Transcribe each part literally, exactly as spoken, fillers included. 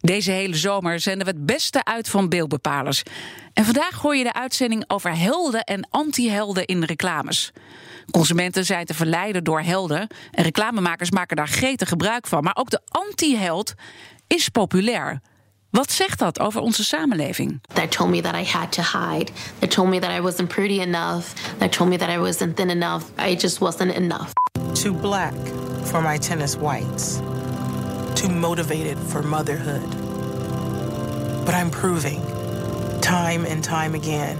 Deze hele zomer zenden we het beste uit van beeldbepalers. En vandaag hoor je de uitzending over helden en anti-helden in reclames. Consumenten zijn te verleiden door helden en reclamemakers maken daar gretig gebruik van. Maar ook de anti-held is populair. Wat zegt dat over onze samenleving? That told me that I had to hide. That told me that I wasn't pretty enough. That told me that I wasn't thin enough. I just wasn't enough. Too black for my tennis whites. Too motivated for motherhood. But I'm proving, time and time again,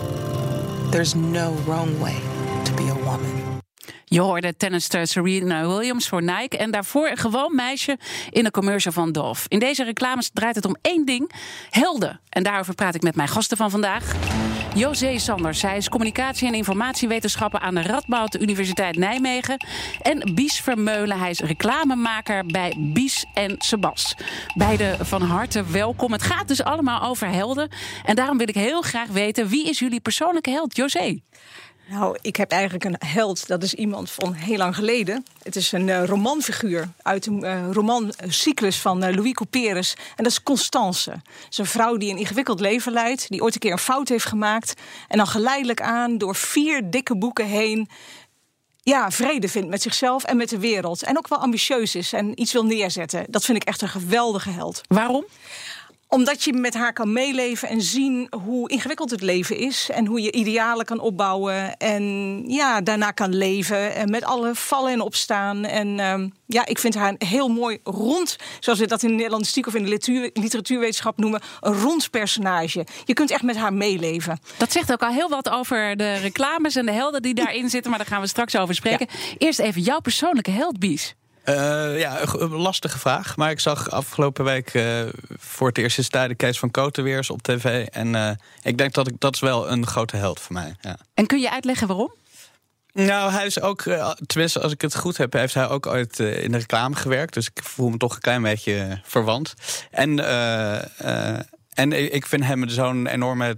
there's no wrong way to be a woman. Je hoorde tennister Serena Williams voor Nike en daarvoor een gewoon meisje in een commercial van Dove. In deze reclames draait het om één ding, helden. En daarover praat ik met mijn gasten van vandaag. José Sanders, hij is communicatie- en informatiewetenschapper aan de Radboud Universiteit Nijmegen. En Bies Vermeulen, hij is reclamemaker bij Bies en Sebas. Beide van harte welkom. Het gaat dus allemaal over helden. En daarom wil ik heel graag weten, wie is jullie persoonlijke held? José? Nou, ik heb eigenlijk een held. Dat is iemand van heel lang geleden. Het is een uh, romanfiguur uit een uh, romancyclus van uh, Louis Couperus. En dat is Constance. Dat is een vrouw die een ingewikkeld leven leidt. Die ooit een keer een fout heeft gemaakt. En dan geleidelijk aan door vier dikke boeken heen ja, vrede vindt met zichzelf en met de wereld. En ook wel ambitieus is en iets wil neerzetten. Dat vind ik echt een geweldige held. Waarom? Omdat je met haar kan meeleven en zien hoe ingewikkeld het leven is. En hoe je idealen kan opbouwen. En ja, daarna kan leven. En met alle vallen en opstaan. En um, ja, ik vind haar heel mooi rond. Zoals we dat in de Nederlandistiek of in de literatuur, literatuurwetenschap noemen. Een rond personage. Je kunt echt met haar meeleven. Dat zegt ook al heel wat over de reclames en de helden die daarin zitten. Maar daar gaan we straks over spreken. Ja. Eerst even jouw persoonlijke held, Bies. Uh, ja, een lastige vraag. Maar ik zag afgelopen week uh, voor het eerst sinds tijden Kees van Koten weer eens op tv. En uh, ik denk dat ik, dat is wel een grote held voor mij. Ja. En kun je uitleggen waarom? Nou, hij is ook, uh, tenminste als ik het goed heb, heeft hij ook ooit uh, in de reclame gewerkt. Dus ik voel me toch een klein beetje verwant. En... Uh, uh, En ik vind hem zo'n enorme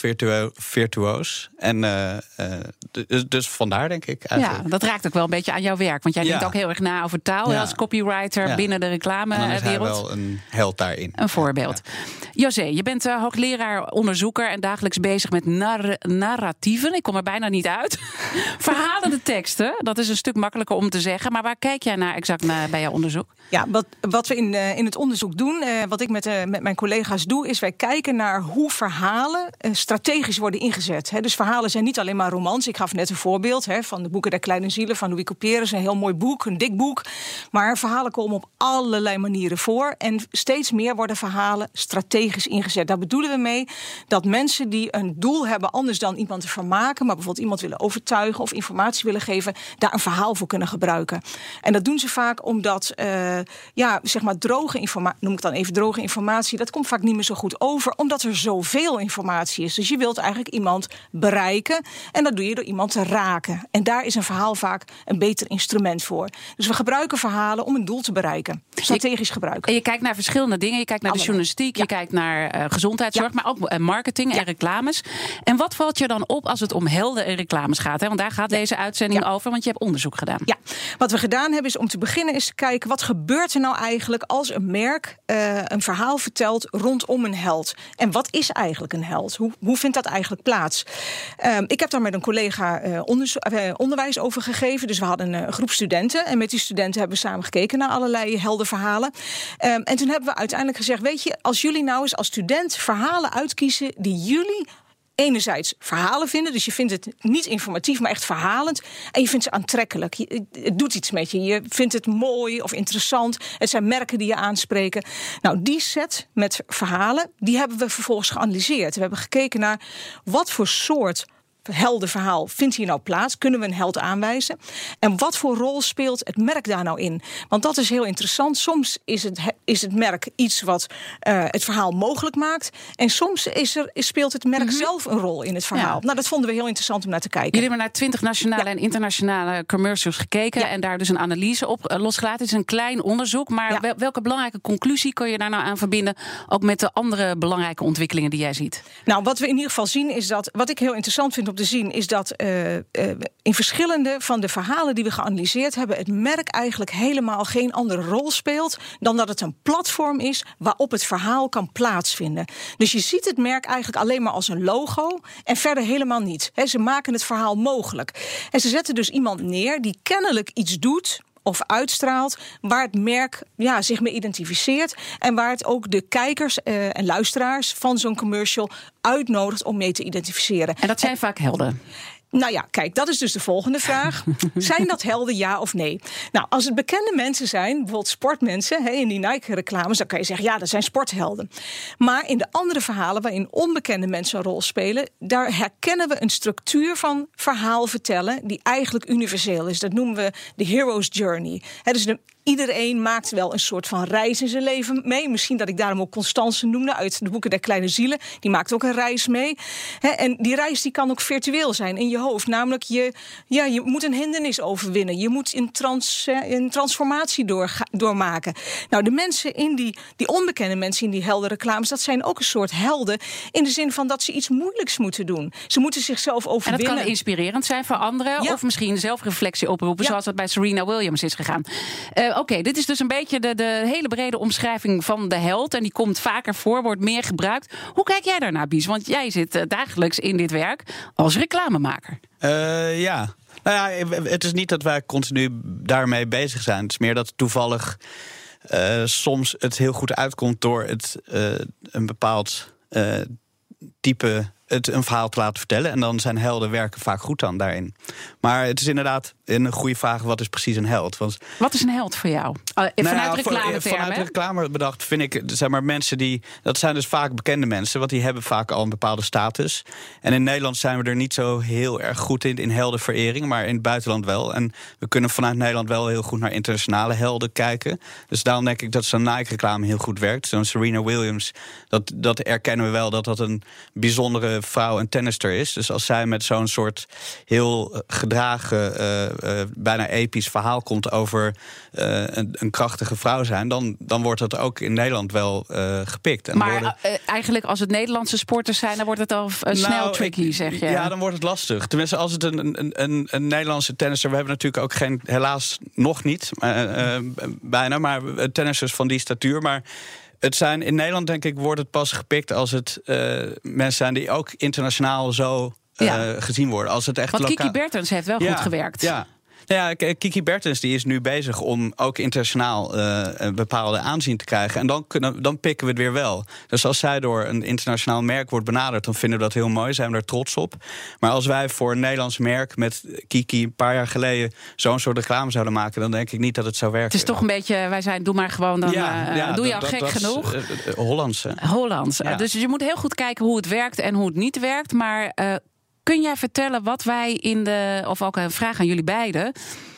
taalvirtuoos. En uh, uh, dus, dus vandaar, denk ik. Eigenlijk. Ja, dat raakt ook wel een beetje aan jouw werk. Want jij ja. denkt ook heel erg na over taal. Ja. Als copywriter ja. binnen de reclamewereld. En dan is hij wel een held daarin. Een voorbeeld. Ja. José, je bent uh, hoogleraar, onderzoeker en dagelijks bezig met nar- narratieven. Ik kom er bijna niet uit. Verhalende teksten, dat is een stuk makkelijker om te zeggen. Maar waar kijk jij naar exact naar bij jouw onderzoek? Ja, wat, wat we in, uh, in het onderzoek doen, uh, wat ik met, uh, met mijn collega's doe, is wij kijken naar hoe verhalen uh, strategisch worden ingezet. He, dus verhalen zijn niet alleen maar romans. Ik gaf net een voorbeeld he, van de boeken der kleine zielen van Louis Couperus. Een heel mooi boek, een dik boek. Maar verhalen komen op allerlei manieren voor. En steeds meer worden verhalen strategisch ingezet. Daar bedoelen we mee dat mensen die een doel hebben anders dan iemand te vermaken, maar bijvoorbeeld iemand willen overtuigen of informatie willen geven, daar een verhaal voor kunnen gebruiken. En dat doen ze vaak omdat uh, ja, zeg maar droge informatie, noem ik dan even droge informatie, dat komt vaak niet meer zo goed over, omdat er zoveel informatie is. Dus je wilt eigenlijk iemand bereiken en dat doe je door iemand te raken. En daar is een verhaal vaak een beter instrument voor. Dus we gebruiken verhalen om een doel te bereiken. Strategisch gebruiken. En je kijkt naar verschillende dingen. Je kijkt naar Allemaal. de journalistiek, Ja. je kijkt naar uh, gezondheidszorg, Ja. maar ook uh, marketing Ja. en reclames. En wat valt je dan op als het om helden en reclames gaat? Hè? Want daar gaat deze uitzending Ja. over, want je hebt onderzoek gedaan. Ja, wat we gedaan hebben is om te beginnen is te kijken wat gebeurt er nou eigenlijk als een merk uh, een verhaal vertelt rondom een held. En wat is eigenlijk een held? Hoe, hoe vindt dat eigenlijk plaats? Um, ik heb daar met een collega uh, onderzo- uh, onderwijs over gegeven. Dus we hadden een, een groep studenten. En met die studenten hebben we samen gekeken naar allerlei heldenverhalen. Um, en toen hebben we uiteindelijk gezegd, weet je, als jullie nou eens als student verhalen uitkiezen die jullie enerzijds verhalen vinden, dus je vindt het niet informatief, maar echt verhalend. En je vindt ze aantrekkelijk. Je, het doet iets met je. Je vindt het mooi of interessant. Het zijn merken die je aanspreken. Nou, die set met verhalen, die hebben we vervolgens geanalyseerd. We hebben gekeken naar wat voor soort heldenverhaal vindt hier nou plaats? Kunnen we een held aanwijzen? En wat voor rol speelt het merk daar nou in? Want dat is heel interessant. Soms is het, is het merk iets wat uh, het verhaal mogelijk maakt. En soms is er, speelt het merk mm-hmm. zelf een rol in het verhaal. Ja. Nou, dat vonden we heel interessant om naar te kijken. Jullie hebben naar twintig nationale ja. en internationale commercials gekeken. Ja. En daar dus een analyse op uh, losgelaten. Het is een klein onderzoek. Maar ja. welke belangrijke conclusie kun je daar nou aan verbinden? Ook met de andere belangrijke ontwikkelingen die jij ziet? Nou, wat we in ieder geval zien is dat, wat ik heel interessant vind op te zien is dat uh, uh, in verschillende van de verhalen die we geanalyseerd hebben, het merk eigenlijk helemaal geen andere rol speelt dan dat het een platform is waarop het verhaal kan plaatsvinden. Dus je ziet het merk eigenlijk alleen maar als een logo en verder helemaal niet. He, ze maken het verhaal mogelijk. En ze zetten dus iemand neer die kennelijk iets doet of uitstraalt waar het merk ja, zich mee identificeert en waar het ook de kijkers uh, en luisteraars van zo'n commercial uitnodigt om mee te identificeren. En dat zijn en, vaak helden. Nou ja, kijk, dat is dus de volgende vraag. Zijn dat helden, ja of nee? Nou, als het bekende mensen zijn, bijvoorbeeld sportmensen, hè, in die Nike-reclames, dan kan je zeggen, ja, dat zijn sporthelden. Maar in de andere verhalen, waarin onbekende mensen een rol spelen, daar herkennen we een structuur van verhaal vertellen die eigenlijk universeel is. Dat noemen we de hero's journey. Hè, dus de Iedereen maakt wel een soort van reis in zijn leven mee. Misschien dat ik daarom ook Constance noemde uit de boeken der kleine zielen. Die maakt ook een reis mee. He, en die reis die kan ook virtueel zijn in je hoofd. Namelijk, je, ja, je moet een hindernis overwinnen. Je moet een, trans, een transformatie doorga, doormaken. Nou, de mensen in die, die onbekende mensen in die heldenreclames, dat zijn ook een soort helden in de zin van dat ze iets moeilijks moeten doen. Ze moeten zichzelf overwinnen. En dat kan inspirerend zijn voor anderen. Ja. Of misschien zelfreflectie oproepen, Ja. zoals dat bij Serena Williams is gegaan. Uh, Oké, okay, dit is dus een beetje de, de hele brede omschrijving van de held. En die komt vaker voor, wordt meer gebruikt. Hoe kijk jij daarnaar, Bies? Want jij zit uh, dagelijks in dit werk als reclamemaker. Uh, ja. Nou ja, het is niet dat wij continu daarmee bezig zijn. Het is meer dat toevallig uh, soms het heel goed uitkomt door het uh, een bepaald uh, type het een verhaal te laten vertellen. En dan zijn helden werken vaak goed dan daarin. Maar het is inderdaad een goede vraag, wat is precies een held? Want, wat is een held voor jou? Uh, vanuit nou ja, reclametermen. Vanuit reclame bedacht vind ik, zeg maar, mensen die, dat zijn dus vaak bekende mensen, want die hebben vaak al een bepaalde status. En in Nederland zijn we er niet zo heel erg goed in, in heldenverering, maar in het buitenland wel. En we kunnen vanuit Nederland wel heel goed naar internationale helden kijken. Dus daarom denk ik dat zo'n Nike-reclame heel goed werkt. Zo'n Serena Williams, dat, dat erkennen we wel, dat dat een bijzondere vrouw en tennister is. Dus als zij met zo'n soort heel gedragen, uh, uh, bijna episch verhaal komt over uh, een, een krachtige vrouw zijn, dan, dan wordt dat ook in Nederland wel uh, gepikt. En maar worden... uh, eigenlijk als het Nederlandse sporters zijn, dan wordt het al uh, snel nou, tricky, ik, zeg je. Ja, dan wordt het lastig. Tenminste, als het een, een, een, een Nederlandse tennisser, we hebben natuurlijk ook geen, helaas nog niet, uh, uh, bijna, maar tennissers van die statuur, maar het zijn, in Nederland denk ik wordt het pas gepikt als het uh, mensen zijn die ook internationaal zo uh, ja. gezien worden. Als het echt Want loka- Kiki Bertens heeft wel ja, goed gewerkt. Ja. Nou ja, Kiki Bertens die is nu bezig om ook internationaal uh, een bepaalde aanzien te krijgen. En dan, kunnen, dan pikken we het weer wel. Dus als zij door een internationaal merk wordt benaderd, dan vinden we dat heel mooi, zijn we er trots op. Maar als wij voor een Nederlands merk met Kiki een paar jaar geleden zo'n soort reclame zouden maken, dan denk ik niet dat het zou werken. Het is toch een beetje, wij zijn, doe maar gewoon, dan ja, uh, ja, doe je al dat, gek dat genoeg. Is, uh, Hollands. Hè? Hollands. Ja. Dus je moet heel goed kijken hoe het werkt en hoe het niet werkt. Maar uh, kun jij vertellen wat wij in de, of ook een vraag aan jullie beiden,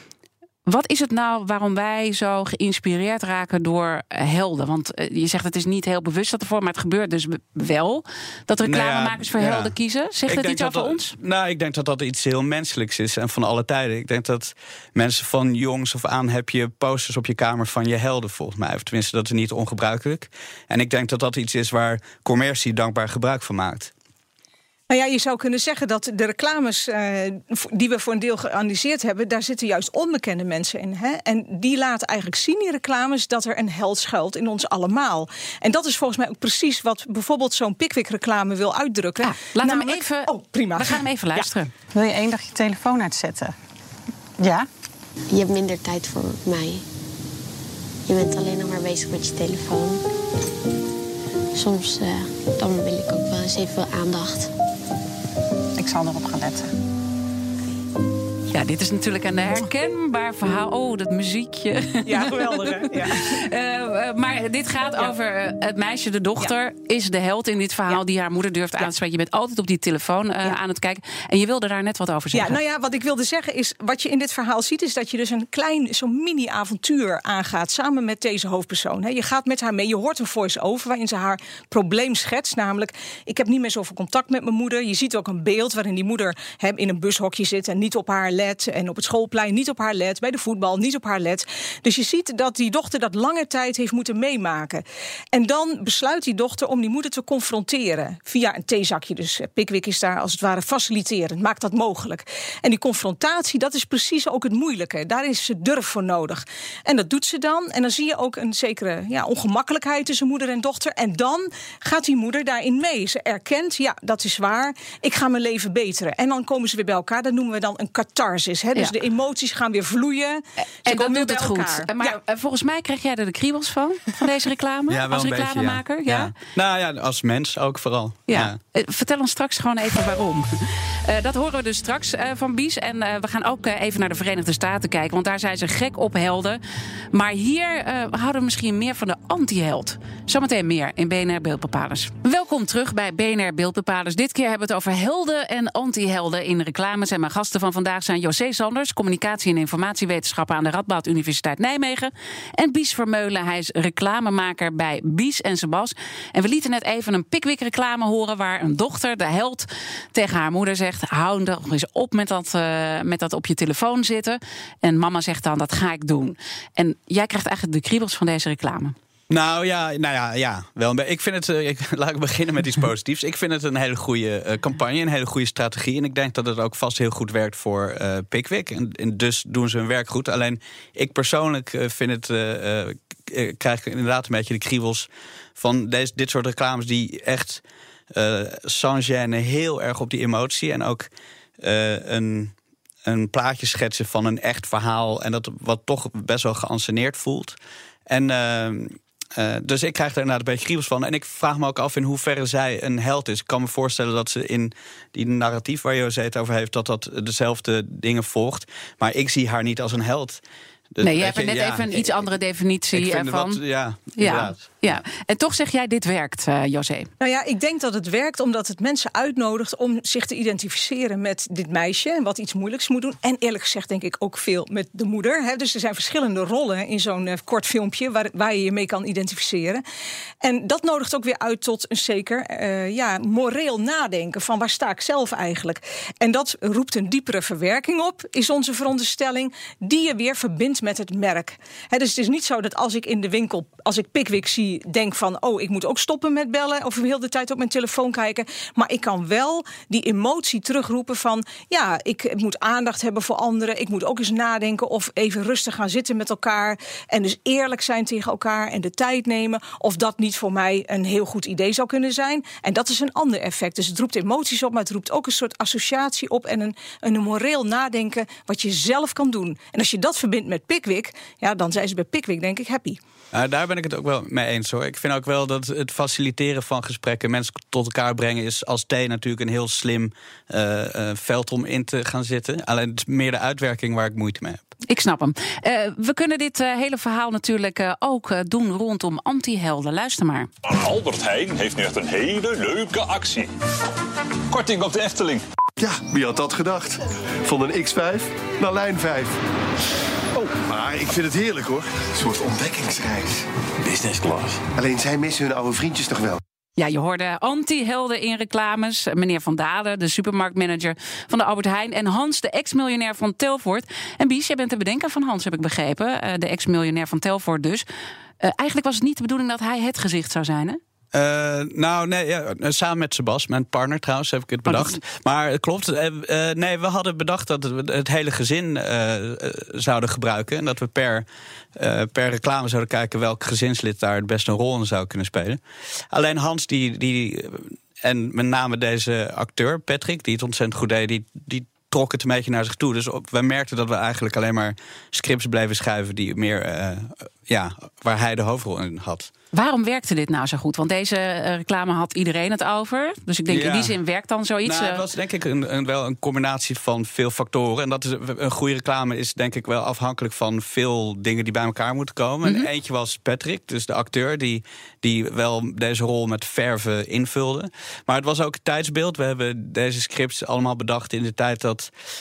wat is het nou waarom wij zo geïnspireerd raken door helden? Want je zegt het is niet heel bewust dat ervoor, maar het gebeurt dus wel dat reclamemakers nou ja, voor helden ja. kiezen. Zegt het iets over dat, ons? Nou, ik denk dat dat iets heel menselijks is en van alle tijden. Ik denk dat mensen van jongs af aan heb je posters op je kamer van je helden, volgens mij. Of tenminste, dat is niet ongebruikelijk. En ik denk dat dat iets is waar commercie dankbaar gebruik van maakt. Nou ja, je zou kunnen zeggen dat de reclames uh, die we voor een deel geanalyseerd hebben, daar zitten juist onbekende mensen in. Hè? En die laten eigenlijk zien, die reclames, dat er een held schuilt in ons allemaal. En dat is volgens mij ook precies wat bijvoorbeeld zo'n Pickwick-reclame wil uitdrukken. Ja, laat Namelijk, hem even. Oh, prima. We gaan hem even luisteren. Ja. Wil je één dag je telefoon uitzetten? Ja? Je hebt minder tijd voor mij. Je bent alleen nog maar bezig met je telefoon. Soms uh, dan wil ik ook wel eens even wel aandacht. Ik zal erop gaan letten. Ja, dit is natuurlijk een herkenbaar verhaal. Oh, dat muziekje. Ja, geweldig, hè? Ja. Uh, uh, maar dit gaat ja. over uh, het meisje, de dochter, ja. is de held in dit verhaal ja. die haar moeder durft ja. aan te spreken. Je bent altijd op die telefoon uh, ja. aan het kijken. En je wilde daar net wat over zeggen. Ja, nou ja, wat ik wilde zeggen is, wat je in dit verhaal ziet, is dat je dus een klein, zo'n mini-avontuur aangaat samen met deze hoofdpersoon. He, je gaat met haar mee, je hoort een voice-over waarin ze haar probleem schetst. Namelijk, ik heb niet meer zoveel contact met mijn moeder. Je ziet ook een beeld waarin die moeder he, in een bushokje zit en niet op haar let. let. En op het schoolplein niet op haar let. Bij de voetbal niet op haar let. Dus je ziet dat die dochter dat lange tijd heeft moeten meemaken. En dan besluit die dochter om die moeder te confronteren. Via een theezakje. Dus Pickwick is daar als het ware faciliterend. Maakt dat mogelijk. En die confrontatie, dat is precies ook het moeilijke. Daar is ze durf voor nodig. En dat doet ze dan. En dan zie je ook een zekere ja, ongemakkelijkheid tussen moeder en dochter. En dan gaat die moeder daarin mee. Ze erkent, ja, dat is waar. Ik ga mijn leven beteren. En dan komen ze weer bij elkaar. Dat noemen we dan een catharsis. Hè? Dus ja. de emoties gaan weer vloeien. Ze en dan doet het goed. Maar ja. volgens mij krijg jij er de kriebels van, van deze reclame? Ja, wel als een reclamemaker? Beetje, ja. Ja. Ja. Nou ja, als mens ook vooral. Ja. Ja. Vertel ons straks gewoon even waarom. Uh, dat horen we dus straks uh, van Bies. En uh, we gaan ook uh, even naar de Verenigde Staten kijken. Want daar zijn ze gek op helden. Maar hier uh, houden we misschien meer van de anti-held. Zometeen meer in B N R Beeldbepalers. Welkom terug bij B N R Beeldbepalers. Dit keer hebben we het over helden en anti-helden in reclames. En mijn gasten van vandaag zijn José Sanders, communicatie- en informatiewetenschappen aan de Radboud Universiteit Nijmegen. En Bies Vermeulen, hij is reclamemaker bij Bies en Sebas. En we lieten net even een Pickwick-reclame horen waar een dochter, de held, tegen haar moeder zegt: hou nog eens op met dat, uh, met dat op je telefoon zitten. En mama zegt dan: dat ga ik doen. En jij krijgt eigenlijk de kriebels van deze reclame. Nou ja, nou ja, ja wel. Ik vind het, uh, ik, laat ik beginnen met iets positiefs. Ik vind het een hele goede uh, campagne, een hele goede strategie. En ik denk dat het ook vast heel goed werkt voor uh, Pickwick. En, en dus doen ze hun werk goed. Alleen ik persoonlijk uh, vind het, uh, uh, krijg ik inderdaad een beetje de kriebels van deze, dit soort reclames die echt uh, sans gêne heel erg op die emotie en ook uh, een, een plaatje schetsen van een echt verhaal en dat wat toch best wel geanceneerd voelt. En uh, Uh, dus ik krijg daar inderdaad een beetje kriebels van. En ik vraag me ook af in hoeverre zij een held is. Ik kan me voorstellen dat ze in die narratief waar José het over heeft, dat dat dezelfde dingen volgt. Maar ik zie haar niet als een held. Dus nee, je hebt er net ja, even een iets andere definitie van. Wat, ja, ja, ja, en toch zeg jij dit werkt, uh, José. Nou ja, ik denk dat het werkt omdat het mensen uitnodigt om zich te identificeren met dit meisje en wat iets moeilijks moet doen. En eerlijk gezegd denk ik ook veel met de moeder. Hè. Dus er zijn verschillende rollen in zo'n uh, kort filmpje waar, waar je je mee kan identificeren. En dat nodigt ook weer uit tot een zeker uh, ja, moreel nadenken van waar sta ik zelf eigenlijk. En dat roept een diepere verwerking op, is onze veronderstelling, die je weer verbindt met het merk. He, dus het is niet zo dat als ik in de winkel, als ik Pickwick zie, denk van, oh, ik moet ook stoppen met bellen of heel de tijd op mijn telefoon kijken. Maar ik kan wel die emotie terugroepen van, ja, ik moet aandacht hebben voor anderen. Ik moet ook eens nadenken of even rustig gaan zitten met elkaar. En dus eerlijk zijn tegen elkaar en de tijd nemen. Of dat niet voor mij een heel goed idee zou kunnen zijn. En dat is een ander effect. Dus het roept emoties op, maar het roept ook een soort associatie op en een, een moreel nadenken wat je zelf kan doen. En als je dat verbindt met Pickwick, ja, dan zijn ze bij Pickwick denk ik happy. Nou, daar ben ik het ook wel mee eens hoor. Ik vind ook wel dat het faciliteren van gesprekken, mensen tot elkaar brengen, is als thee natuurlijk een heel slim uh, uh, veld om in te gaan zitten. Alleen het is meer de uitwerking waar ik moeite mee heb. Ik snap hem. Uh, we kunnen dit uh, hele verhaal natuurlijk uh, ook uh, doen rondom anti-helden. Luister maar. Albert Heijn heeft nu echt een hele leuke actie. Korting op de Efteling. Ja, wie had dat gedacht? Van een X vijf naar lijn vijf. Oh, maar ik vind het heerlijk hoor. Een soort ontdekkingsreis. Business class. Alleen zij missen hun oude vriendjes toch wel. Ja, je hoorde anti-helden in reclames. Meneer Van Dalen, de supermarktmanager van de Albert Heijn. En Hans, de ex-miljonair van Telfort. En Bies, jij bent de bedenker van Hans, heb ik begrepen. Uh, de ex-miljonair van Telfort dus. Uh, eigenlijk was het niet de bedoeling dat hij het gezicht zou zijn, hè? Uh, nou, nee, ja, samen met Sebas, mijn partner trouwens, heb ik het bedacht. Maar het klopt, uh, uh, nee, we hadden bedacht dat we het hele gezin uh, uh, zouden gebruiken. En dat we per, uh, per reclame zouden kijken welk gezinslid daar het beste een rol in zou kunnen spelen. Alleen Hans, die, die en met name deze acteur, Patrick, die het ontzettend goed deed, die, die trok het een beetje naar zich toe. Dus op, we merkten dat we eigenlijk alleen maar scripts bleven schuiven die meer, uh, ja, waar hij de hoofdrol in had. Waarom werkte dit nou zo goed? Want deze uh, reclame had iedereen het over. Dus ik denk ja. in die zin werkt dan zoiets. Nou, het was denk ik een, een, wel een combinatie van veel factoren. En dat is, een goede reclame is denk ik wel afhankelijk van veel dingen die bij elkaar moeten komen. Mm-hmm. En eentje was Patrick, dus de acteur, die, die wel deze rol met verve invulde. Maar het was ook het tijdsbeeld. We hebben deze scripts allemaal bedacht in de tijd dat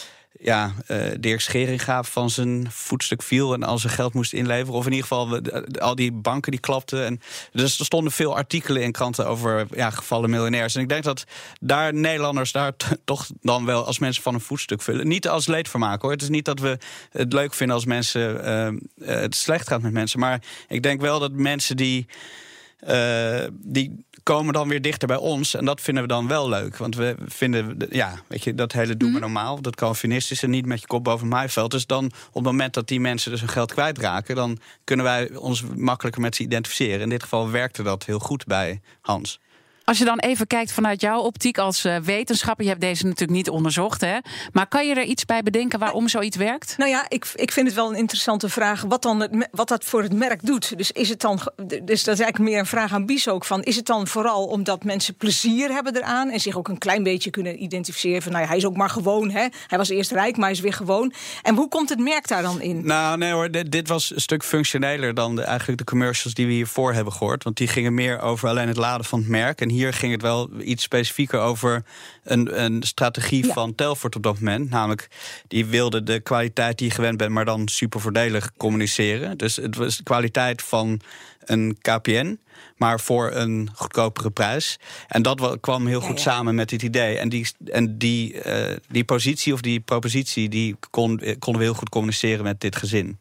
ja, uh, Dirk Scheringa van zijn voetstuk viel en al zijn geld moest inleveren. Of in ieder geval uh, al die banken die klapten. En dus er stonden veel artikelen in kranten over ja, gevallen miljonairs. En ik denk dat daar Nederlanders daar t- toch dan wel als mensen van een voetstuk vullen. Niet als leedvermaak hoor. Het is niet dat we het leuk vinden als mensen uh, uh, het slecht gaat met mensen. Maar ik denk wel dat mensen die, uh, die komen dan weer dichter bij ons. En dat vinden we dan wel leuk. Want we vinden, ja, weet je, dat hele doe maar normaal. Dat Calvinistische, niet met je kop boven het maaiveld. Dus dan, op het moment dat die mensen dus hun geld kwijtraken, dan kunnen wij ons makkelijker met ze identificeren. In dit geval werkte dat heel goed bij Hans. Als je dan even kijkt vanuit jouw optiek als uh, wetenschapper, je hebt deze natuurlijk niet onderzocht, hè? Maar kan je er iets bij bedenken waarom zoiets werkt? Nou ja, ik, ik vind het wel een interessante vraag wat, dan het, wat dat voor het merk doet. Dus is het dan, dus dat is eigenlijk meer een vraag aan Bies ook van, is het dan vooral omdat mensen plezier hebben eraan en zich ook een klein beetje kunnen identificeren van, nou ja, hij is ook maar gewoon, hè? Hij was eerst rijk, maar hij is weer gewoon. En hoe komt het merk daar dan in? Nou, nee hoor, dit, dit was een stuk functioneler dan de, eigenlijk de commercials die we hiervoor hebben gehoord. Want die gingen meer over alleen het laden van het merk. En hier ging het wel iets specifieker over een, een strategie ja. van Telfort op dat moment. Namelijk, die wilde de kwaliteit die je gewend bent, maar dan super voordelig communiceren. Dus het was de kwaliteit van een K P N, maar voor een goedkopere prijs. En dat kwam heel goed ja, ja. samen met dit idee. En die, en die, uh, die positie of die propositie, die kon, konden we heel goed communiceren met dit gezin.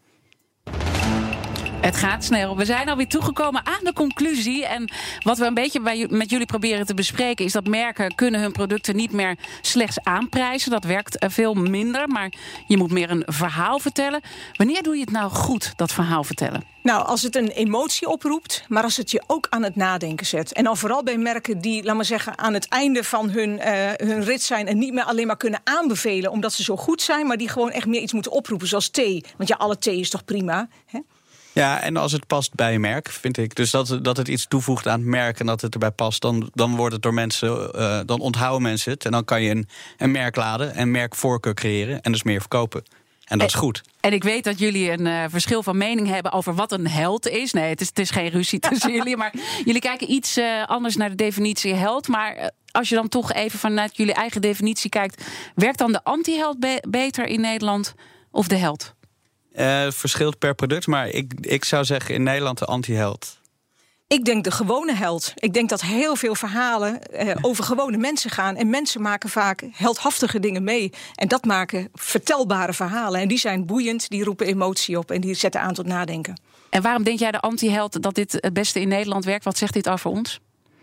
Het gaat snel. We zijn alweer toegekomen aan de conclusie. En wat we een beetje bij, met jullie proberen te bespreken is dat merken kunnen hun producten niet meer slechts aanprijzen. Dat werkt veel minder, maar je moet meer een verhaal vertellen. Wanneer doe je het nou goed, dat verhaal vertellen? Nou, als het een emotie oproept, maar als het je ook aan het nadenken zet. En dan vooral bij merken die, laat maar zeggen, aan het einde van hun, uh, hun rit zijn en niet meer alleen maar kunnen aanbevelen omdat ze zo goed zijn, maar die gewoon echt meer iets moeten oproepen, zoals thee. Want ja, alle thee is toch prima, hè? Ja, en als het past bij een merk, vind ik. Dus dat, dat het iets toevoegt aan het merk en dat het erbij past, dan, dan wordt het door mensen, uh, dan onthouden mensen het. En dan kan je een, een merk laden en merkvoorkeur creëren en dus meer verkopen. En dat is goed. En ik weet dat jullie een uh, verschil van mening hebben over wat een held is. Nee, het is, het is geen ruzie tussen jullie. Maar jullie kijken iets uh, anders naar de definitie held. Maar uh, als je dan toch even vanuit jullie eigen definitie kijkt, werkt dan de anti-held be- beter in Nederland of de held? Uh, het verschilt per product, maar ik, ik zou zeggen in Nederland de anti-held. Ik denk de gewone held. Ik denk dat heel veel verhalen uh, over gewone mensen gaan. En mensen maken vaak heldhaftige dingen mee. En dat maken vertelbare verhalen. En die zijn boeiend, die roepen emotie op en die zetten aan tot nadenken. En waarom denk jij de anti-held dat dit het beste in Nederland werkt? Wat zegt dit over ons?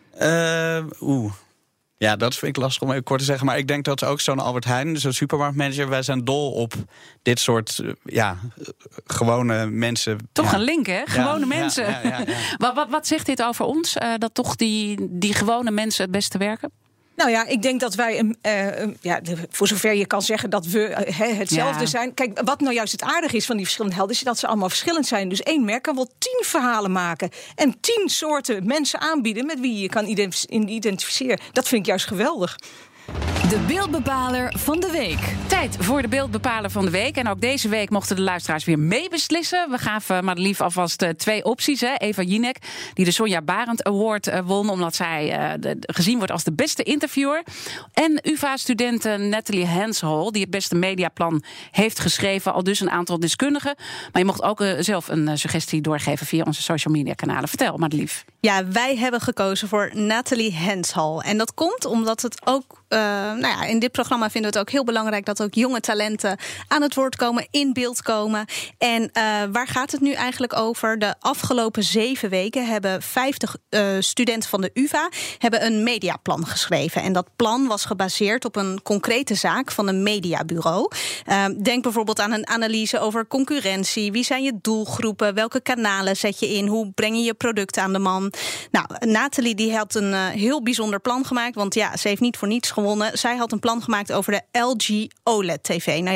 Uh, Oeh. Ja, dat vind ik lastig om even kort te zeggen. Maar ik denk dat ook zo'n Albert Heijn, zo'n supermarktmanager, wij zijn dol op dit soort ja, gewone mensen. Toch ja. een link, hè? Gewone ja, mensen. Ja, ja, ja, ja. wat, wat, wat zegt dit over ons? Uh, dat toch die, die gewone mensen het beste werken? Nou ja, ik denk dat wij, uh, uh, ja, voor zover je kan zeggen dat we uh, hetzelfde ja. zijn. Kijk, wat nou juist het aardige is van die verschillende helden, is dat ze allemaal verschillend zijn. Dus één merk kan wel tien verhalen maken en tien soorten mensen aanbieden met wie je kan identificeren. Dat vind ik juist geweldig. De beeldbepaler van de week. Tijd voor de beeldbepaler van de week. En ook deze week mochten de luisteraars weer meebeslissen. We gaven Madelief alvast uh, twee opties. Hè. Eva Jinek, die de Sonja Barend Award uh, won, omdat zij uh, de, gezien wordt als de beste interviewer. En U vA-student Nathalie Henshall, die het beste mediaplan heeft geschreven. Al dus een aantal deskundigen. Maar je mocht ook uh, zelf een uh, suggestie doorgeven via onze social media kanalen. Vertel, Madelief. Ja, wij hebben gekozen voor Nathalie Henshall. En dat komt omdat het ook Uh, nou ja, in dit programma vinden we het ook heel belangrijk dat ook jonge talenten aan het woord komen, in beeld komen. En uh, waar gaat het nu eigenlijk over? De afgelopen zeven weken hebben vijftig uh, studenten van de U vA hebben een mediaplan geschreven. En dat plan was gebaseerd op een concrete zaak van een mediabureau. Uh, denk bijvoorbeeld aan een analyse over concurrentie. Wie zijn je doelgroepen? Welke kanalen zet je in? Hoe breng je je product aan de man? Nou, Nathalie die had een uh, heel bijzonder plan gemaakt, want ja, ze heeft niet voor niets gewonnen. Zij had een plan gemaakt over de L G O L E D T V. Nou ja,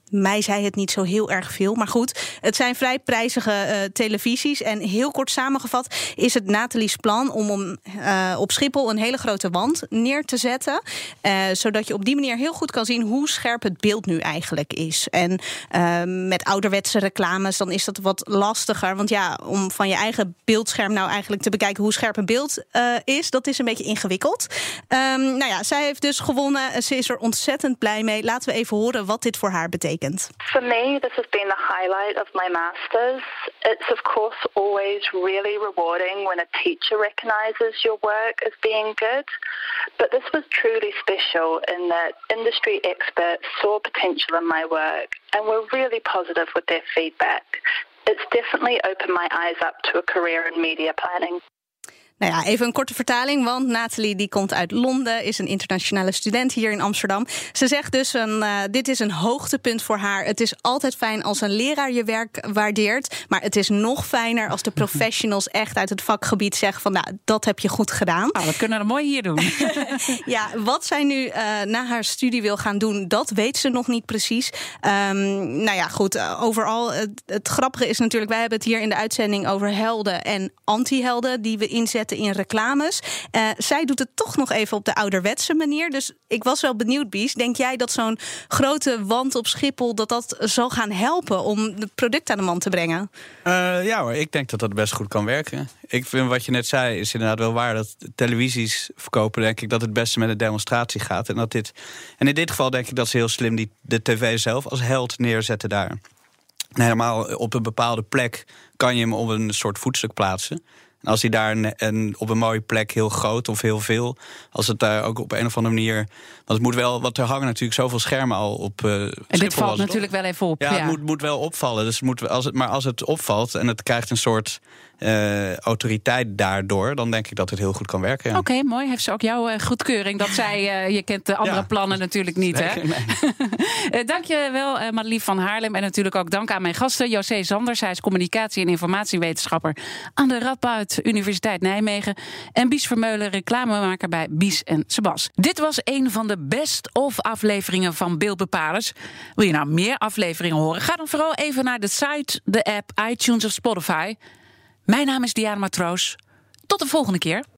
mij zei het niet zo heel erg veel. Maar goed, het zijn vrij prijzige uh, televisies. En heel kort samengevat is het Nathalie's plan om, om uh, op Schiphol een hele grote wand neer te zetten. Uh, zodat je op die manier heel goed kan zien hoe scherp het beeld nu eigenlijk is. En uh, met ouderwetse reclames, dan is dat wat lastiger. Want ja, om van je eigen beeldscherm nou eigenlijk te bekijken hoe scherp een beeld uh, is, dat is een beetje ingewikkeld. Um, nou ja, zij heeft dus gewonnen. Ze is er ontzettend blij mee. Laten we even horen wat dit voor haar betekent. For me, this has been the highlight of my master's. It's of course always really rewarding when a teacher recognizes your work as being good. But this was truly special in that industry experts saw potential in my work and were really positive with their feedback. It's definitely opened my eyes up to a career in media planning. Nou ja, even een korte vertaling, want Nathalie die komt uit Londen, is een internationale student hier in Amsterdam. Ze zegt dus, een, uh, dit is een hoogtepunt voor haar. Het is altijd fijn als een leraar je werk waardeert, maar het is nog fijner als de professionals echt uit het vakgebied zeggen van, nou, dat heb je goed gedaan. Nou, dat kunnen we mooi hier doen. Ja, wat zij nu uh, na haar studie wil gaan doen, dat weet ze nog niet precies. Um, nou ja, goed, uh, overal, het, het grappige is natuurlijk, wij hebben het hier in de uitzending over helden en anti-helden die we inzetten in reclames. Uh, zij doet het toch nog even op de ouderwetse manier. Dus ik was wel benieuwd, Bies. Denk jij dat zo'n grote wand op Schiphol dat dat zal gaan helpen om het product aan de man te brengen? Uh, ja hoor, ik denk dat dat best goed kan werken. Ik vind wat je net zei is inderdaad wel waar. Dat televisies verkopen, denk ik dat het beste met een demonstratie gaat. En, dat dit, en in dit geval denk ik dat ze heel slim die, de tv zelf als held neerzetten daar. En helemaal op een bepaalde plek kan je hem op een soort voetstuk plaatsen. En als hij daar een, een, op een mooie plek heel groot of heel veel, als het daar ook op een of andere manier, want het moet wel, want er hangen natuurlijk zoveel schermen al op. Uh, en dit valt natuurlijk wel even op. Ja, ja. het moet, moet wel opvallen. Dus het moet, als het, maar als het opvalt en het krijgt een soort uh, autoriteit daardoor, dan denk ik dat het heel goed kan werken. Ja. Oké, okay, mooi. Heeft ze ook jouw uh, goedkeuring dat zij, uh, je kent de andere ja. plannen natuurlijk niet, nee, hè? Nee. uh, dank je wel, uh, Madelief van Haarlem. En natuurlijk ook dank aan mijn gasten. José Zanders, hij is communicatie- en informatiewetenschapper aan de Radboud Universiteit Nijmegen. En Bies Vermeulen, reclamemaker bij Bies en Sebas. Dit was een van de best-of afleveringen van Beeldbepalers. Wil je nou meer afleveringen horen? Ga dan vooral even naar de site, de app, iTunes of Spotify. Mijn naam is Diana Matroos. Tot de volgende keer.